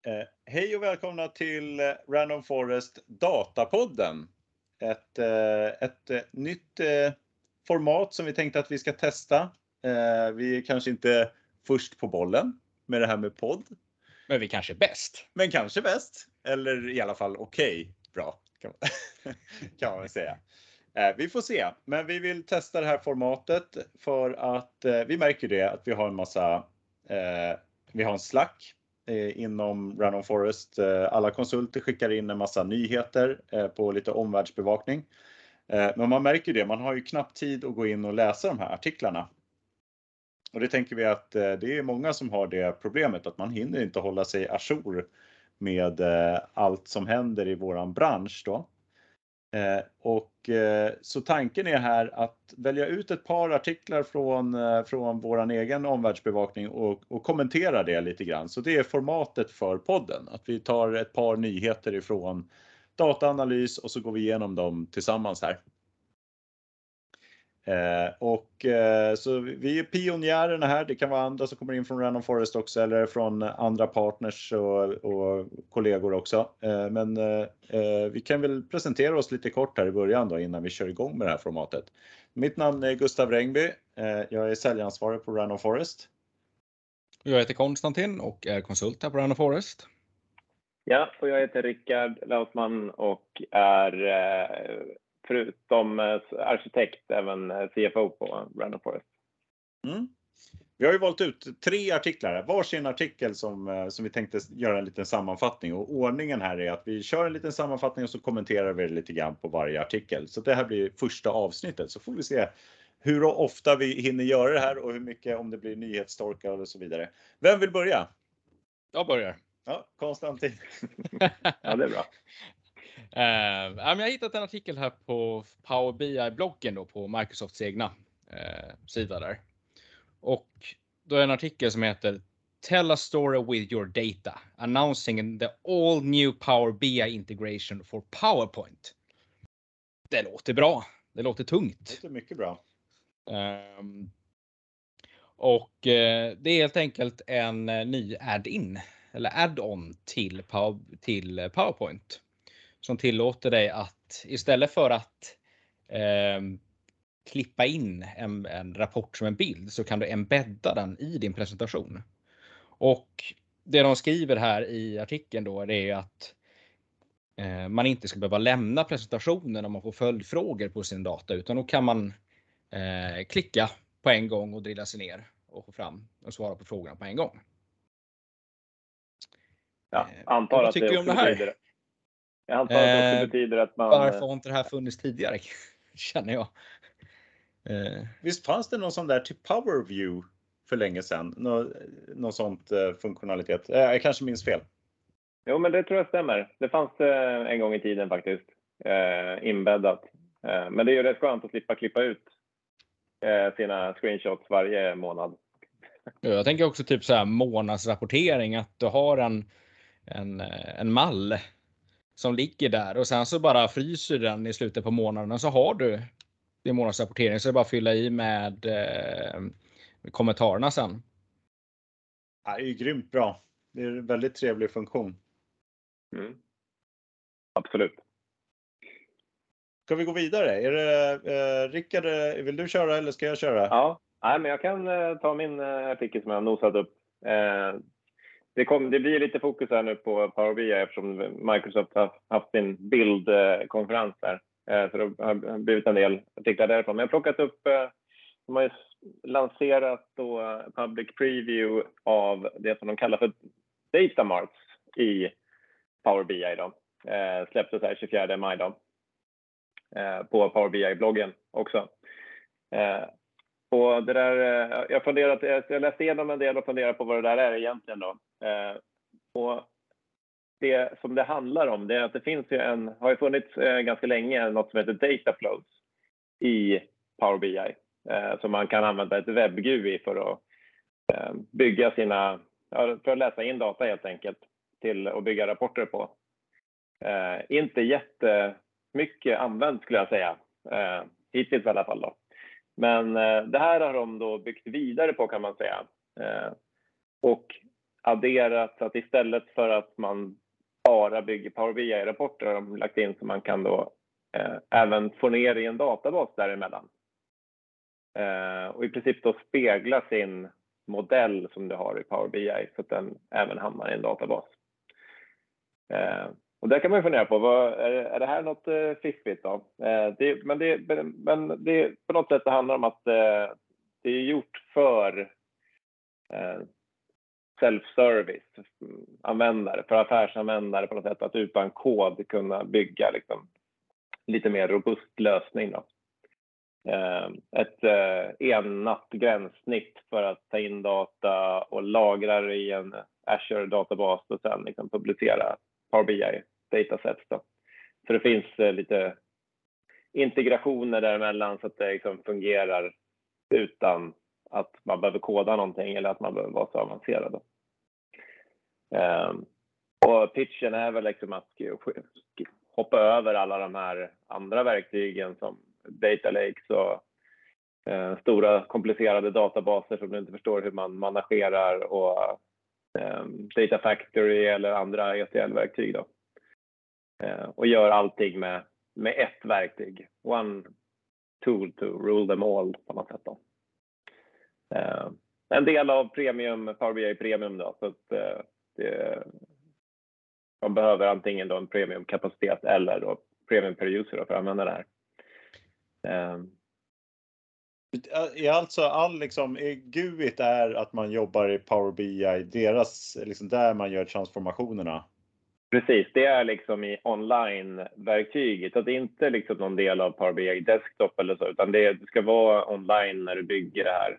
Hej och välkomna till Random Forest Datapodden. Ett nytt format som vi tänkte att vi ska testa. Vi är kanske inte först på bollen med det här med podd. Men vi kanske är bäst. Men kanske bäst. Eller i alla fall okej, bra kan man väl säga. Vi får se. Men vi vill testa det här formatet för att vi märker det att vi har en massa, vi har en Slack inom Random Forest. Alla konsulter skickar in en massa nyheter på lite omvärldsbevakning. Men man märker det, man har ju knappt tid att gå in och läsa de här artiklarna. Och det tänker vi att det är många som har det problemet att man hinner inte hålla sig ajour med allt som händer i våran bransch då. Så tanken är här att välja ut ett par artiklar från våran egen omvärldsbevakning och kommentera det lite grann. Så det är formatet för podden, att vi tar ett par nyheter ifrån dataanalys och så går vi igenom dem tillsammans här. Så vi är pionjärerna här. Det kan vara andra som kommer in från Random Forest också eller från andra partners och kollegor också. Men vi kan väl presentera oss lite kort här i början då innan vi kör igång med det här formatet. Mitt namn är Gustav Rengby. Jag är säljansvarig på Random Forest. Jag heter Konstantin och är konsult här på Random Forest. Ja, och jag heter Rickard Lautman och är förutom arkitekt även CFO på Random Forest. Vi har ju valt ut 3 artiklar, varsin artikel som vi tänkte göra en liten sammanfattning, och ordningen här är att vi kör en liten sammanfattning och så kommenterar vi lite grann på varje artikel. Så det här blir första avsnittet, så får vi se hur ofta vi hinner göra det här och hur mycket, om det blir nyhetstorka och så vidare. Vem vill börja? Jag börjar. Ja, Konstantin. Ja, det är bra. Jag har hittat en artikel här på Power BI-bloggen då, på Microsofts egna sida där. Och då är en artikel som heter Tell a story with your data, announcing the all new Power BI integration for PowerPoint. Det låter bra. Det låter tungt. Det låter mycket bra. Det är helt enkelt en ny add-in eller add-on till PowerPoint som tillåter dig att istället för att klippa in en rapport som en bild så kan du embedda den i din presentation. Och det de skriver här i artikeln då, det är att man inte ska behöva lämna presentationen om man får följdfrågor på sin data, utan då kan man klicka på en gång och drilla sig ner och få fram och svara på frågorna på en gång. Ja, antar att det också betyder. Jag antar att det också betyder att man... Varför har inte det här funnits tidigare, känner jag. Visst fanns det någon sån där till PowerView för länge sedan? Någon sånt funktionalitet? Jag kanske minns fel. Jo, men det tror jag stämmer. Det fanns en gång i tiden faktiskt inbäddat. Men det är ju rätt skönt att slippa klippa ut sina screenshots varje månad. Jag tänker också typ så här månadsrapportering, att du har en mall som ligger där och sen så bara fryser den i slutet på månaden, och så har du din månadsrapportering, så det är bara att fylla i med kommentarerna sen. Ja, det är ju grymt bra. Det är en väldigt trevlig funktion. Absolut. Ska vi gå vidare? Är det Rickard, vill du köra eller ska jag köra? Ja, nej, men jag kan ta min artikel som jag har nosat upp. Det blir lite fokus här nu på Power BI eftersom Microsoft har haft sin bildkonferens där. Så det har blivit en del artiklar därifrån. Men jag har plockat upp, de har ju lanserat då public preview av det som de kallar för data marts i Power BI då. Släpptes här 24 maj då. På Power BI-bloggen också. Och det där, jag läste igenom en del och funderar på vad det där är egentligen då. Och det som det handlar om, det är att det finns ju har ju funnits ganska länge något som heter data flows i Power BI. Så man kan använda ett webb-GUI för att bygga för att läsa in data helt enkelt till att bygga rapporter på. Inte jättemycket använt skulle jag säga, hittills i alla fall då. Men det här har de då byggt vidare på kan man säga. Och adderat så att istället för att man bara bygger Power BI-rapporter har de lagt in så man kan då även få ner i en databas däremellan. Och i princip då spegla sin modell som du har i Power BI så att den även hamnar i en databas. Och där kan man ju fundera på, är det här något fiffigt då? Men det på något sätt det handlar om att det är gjort för self-service användare, för affärsanvändare på något sätt, att utan kod kunna bygga liksom lite mer robust lösning då. Ett enat gränssnitt för att ta in data och lagra det i en Azure-databas och sen liksom publicera Power BI datasets då. Så det finns lite integrationer däremellan så att det liksom fungerar utan att man behöver koda någonting eller att man behöver vara så avancerad då. Och pitchen är väl liksom att hoppa över alla de här andra verktygen som data lakes och stora komplicerade databaser som du inte förstår hur man managerar, och Data Factory eller andra ETL-verktyg då. Och gör allting med ett verktyg. One tool to rule them all på något sätt då. En del av premium, Power BI Premium då, så att man behöver antingen då en premiumkapacitet eller då premium per user då för att använda det här. Är alltså liksom, GUIT är att man jobbar i Power BI, deras liksom där man gör transformationerna? Precis, det är liksom i online-verktyget. Det är inte liksom någon del av Power BI Desktop eller så, utan det ska vara online när du bygger det här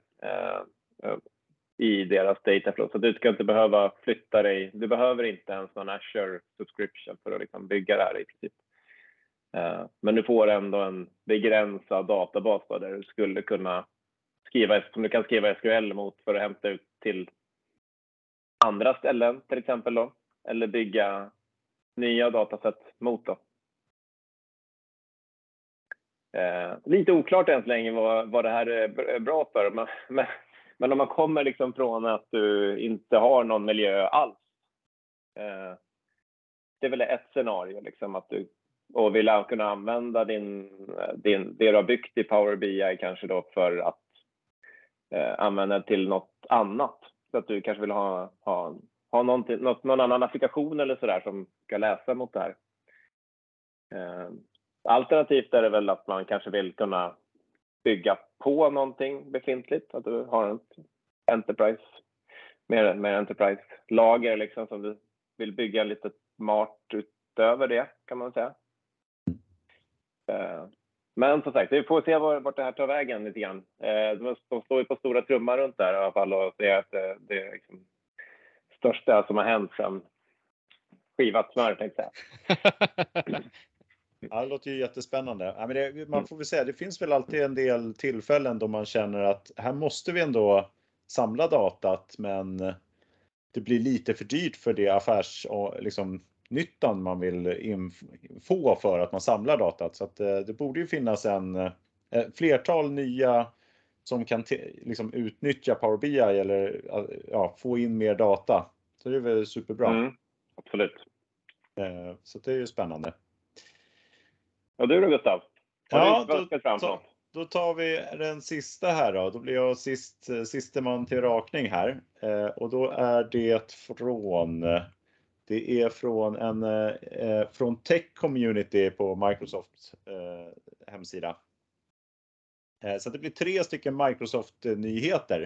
i deras dataflow. Så du ska inte behöva flytta dig. Du behöver inte ens någon Azure subscription för att liksom bygga det här i princip. Men du får ändå en begränsad databas där du skulle kunna skriva, som du kan skriva SQL mot för att hämta ut till andra ställen till exempel då, eller bygga nya dataset mot då. Lite oklart än så länge vad det här är bra för, men om man kommer liksom från att du inte har någon miljö alls, det är väl ett scenario liksom, att du och vill kunna använda det du har byggt i Power BI kanske då för att använda till något annat, så att du kanske vill ha någon annan applikation eller sådär som ska läsa mot det här. Alternativt är det väl att man kanske vill kunna bygga på någonting befintligt, att du har en enterprise, mer enterprise-lager liksom, som du vill bygga lite smart utöver det, kan man säga. Men som sagt, vi får se vart det här tar vägen lite grann. De står ju på stora trummar runt där i alla fall, och det är att det är liksom största som har hänt sedan skivat smör, tänkte jag. Ja, det låter ju jättespännande. Ja, men man får väl säga, det finns väl alltid en del tillfällen då man känner att här måste vi ändå samla datat, men det blir lite för dyrt för det liksom nyttan man vill få för att man samlar datat. Så att det borde ju finnas flertal nya som kan liksom utnyttja Power BI eller få in mer data. Så det är väl superbra. Absolut. Så det är ju spännande. Och du då, Gustav? Då tar vi den sista här då. Då blir jag siste man till rakning här. Och då är det från Tech Community på Microsofts hemsida. Så det blir 3 stycken Microsoft-nyheter.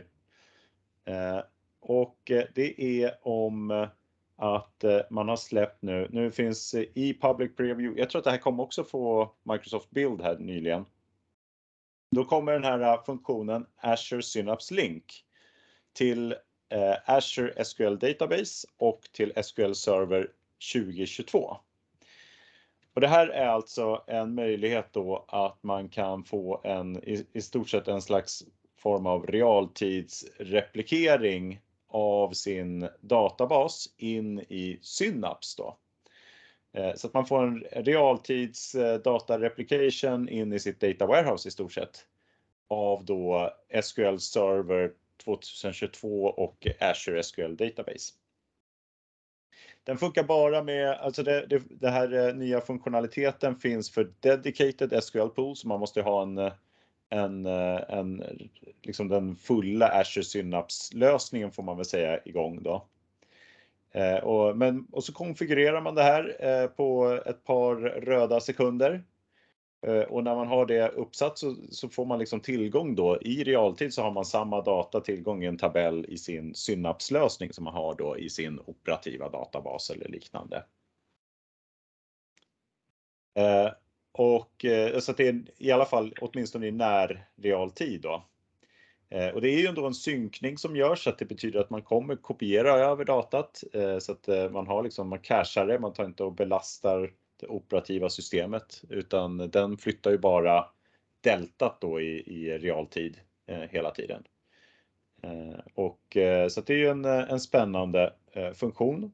Och det är om att man har släppt nu finns i public preview. Jag tror att det här kommer också få Microsoft Build här nyligen. Då kommer den här funktionen Azure Synapse Link till Azure SQL Database och till SQL Server 2022. Och det här är alltså en möjlighet då att man kan få i stort sett en slags form av realtidsreplikering av sin databas in i Synapse då. Så att man får en realtids data replication in i sitt data warehouse i stort sett av då SQL Server 2022 och Azure SQL Database. Den funkar bara med, alltså det här nya funktionaliteten finns för dedicated SQL pools, så man måste ha en liksom den fulla Azure Synapse-lösningen får man väl säga igång då. Och så konfigurerar man det här på ett par röda sekunder. Och när man har det uppsatt så får man liksom tillgång då i realtid, så har man samma data tillgång i en tabell i sin Synapse-lösning som man har då i sin operativa databas eller liknande. Så att det är i alla fall åtminstone i när realtid då. Och det är ju ändå en synkning som görs, så att det betyder att man kommer kopiera över datat, så att man har liksom, man cachar det, man tar inte och belastar det operativa systemet, utan den flyttar ju bara deltat då i realtid hela tiden. Så att det är ju en spännande funktion.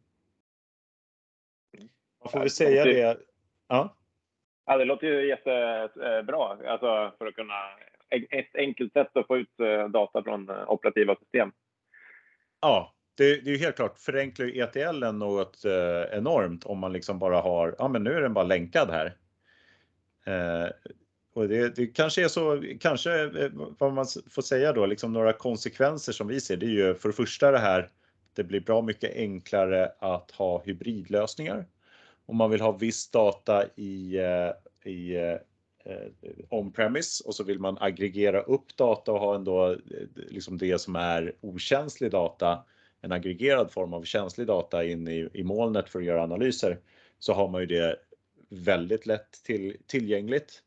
Man får väl säga det. Ja. Ja, det låter ju jättebra, alltså för att kunna ett enkelt sätt att få ut data från operativa system. Ja, det är ju helt klart, förenklar ju ETL:en något enormt om man liksom bara har, ja men nu är den bara länkad här. Och det kanske är så, kanske vad man får säga då, liksom några konsekvenser som vi ser, det är ju för det första det här, det blir bra mycket enklare att ha hybridlösningar. Om man vill ha viss data i on-premise och så vill man aggregera upp data och ha ändå liksom det som är okänslig data, en aggregerad form av känslig data in i molnet för att göra analyser, så har man ju det väldigt lätt tillgängligt.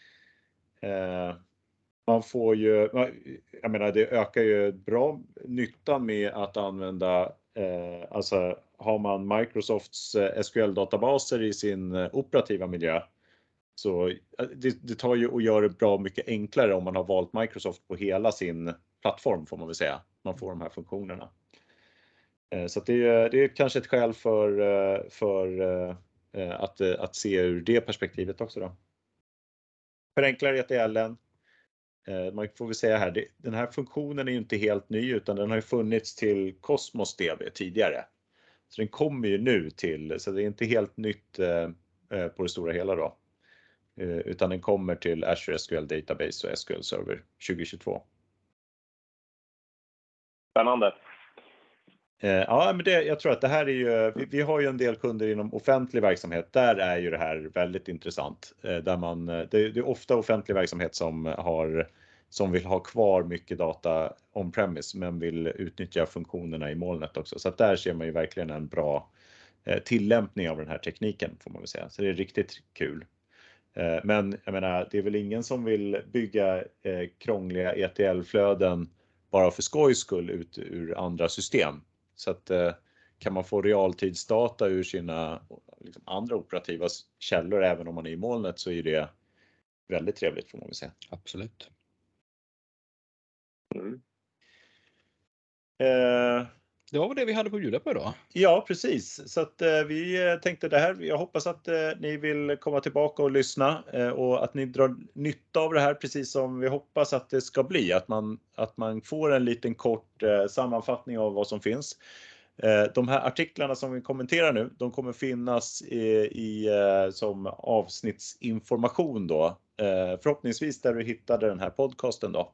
Man får ju, jag menar det ökar ju bra nyttan med att använda, alltså har man Microsofts SQL-databaser i sin operativa miljö, så det tar ju och gör det bra mycket enklare om man har valt Microsoft på hela sin plattform, får man väl säga. Man får de här funktionerna. Så att det är kanske ett skäl för att se ur det perspektivet också då. Förenklar ETL:en. Man får väl säga här, den här funktionen är ju inte helt ny, utan den har ju funnits till Cosmos DB tidigare. Så den kommer ju nu till, så det är inte helt nytt på det stora hela då. Utan den kommer till Azure SQL Database och SQL Server 2022. Spännande. Ja, men jag tror att det här är ju, vi har ju en del kunder inom offentlig verksamhet. Där är ju det här väldigt intressant. Där det är ofta offentlig verksamhet som vill ha kvar mycket data on-premise, men vill utnyttja funktionerna i molnet också. Så att där ser man ju verkligen en bra tillämpning av den här tekniken, får man väl säga. Så det är riktigt kul. Men jag menar, det är väl ingen som vill bygga krångliga ETL-flöden bara för skojs skull ut ur andra system. Så att kan man få realtidsdata ur sina liksom, andra operativa källor även om man är i molnet, så är det väldigt trevligt, får man väl säga. Absolut. Mm. Det var väl det vi hade på bjuda på idag. Ja, precis. Så att vi tänkte det här. Jag hoppas att ni vill komma tillbaka och lyssna och att ni drar nytta av det här, precis som vi hoppas att det ska bli. Att man får en liten kort sammanfattning av vad som finns. De här artiklarna som vi kommenterar nu, de kommer finnas som avsnittsinformation då. Förhoppningsvis där du hittade den här podcasten då.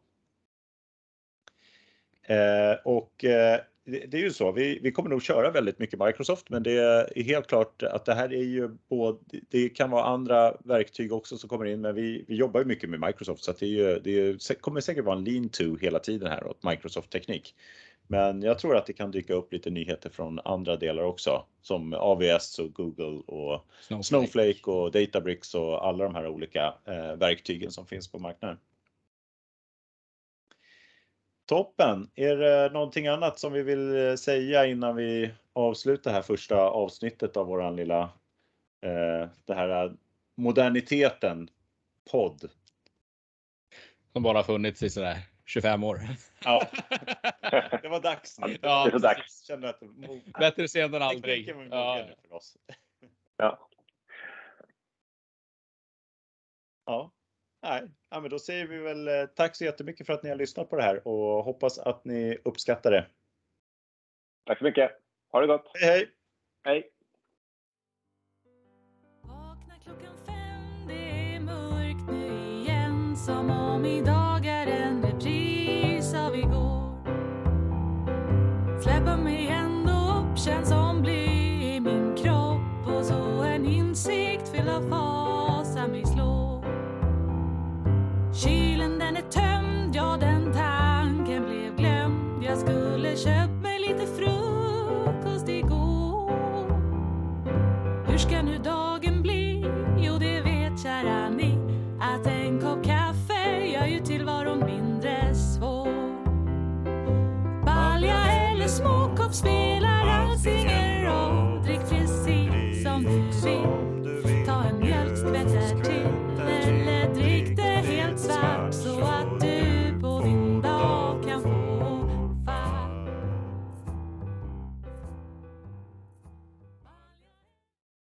Det är ju så, vi kommer nog köra väldigt mycket Microsoft, men det är helt klart att det här är ju det kan vara andra verktyg också som kommer in, men vi jobbar ju mycket med Microsoft, så att det kommer säkert vara en lean to hela tiden här åt Microsoft-teknik. Men jag tror att det kan dyka upp lite nyheter från andra delar också, som AWS och Google och Snowflake och Databricks och alla de här olika verktygen som finns på marknaden. Toppen! Är det någonting annat som vi vill säga innan vi avslutar här första avsnittet av våran lilla det här moderniteten podd? Som bara funnits i sådär 25 år. Ja, det var dags nu. Ja, det är dags. Känner att Bättre sent än aldrig. Ja. För oss. Ja. Ja, men då säger vi väl tack så jättemycket för att ni har lyssnat på det här och hoppas att ni uppskattar det. Tack så mycket. Ha det gott. Hej! Hej! Klockan 5, det är mörkt nu igen, som om idag är en repris av igår. Släppa mig ändå upp, känns som bly i min kropp, och så en insikt fylld av fasa mig slår. Kylen den är tömd, ja den tanken blev glömd. Jag skulle köpt mig lite frukost igår. Hur ska nu dagen bli? Jo, det vet kära ni, att en kopp kaffe gör ju tillvaron mindre svår. Balja eller småkopp spelar alls ingen roll. Drick precis som du vill. Ta en mjölkskvätt till.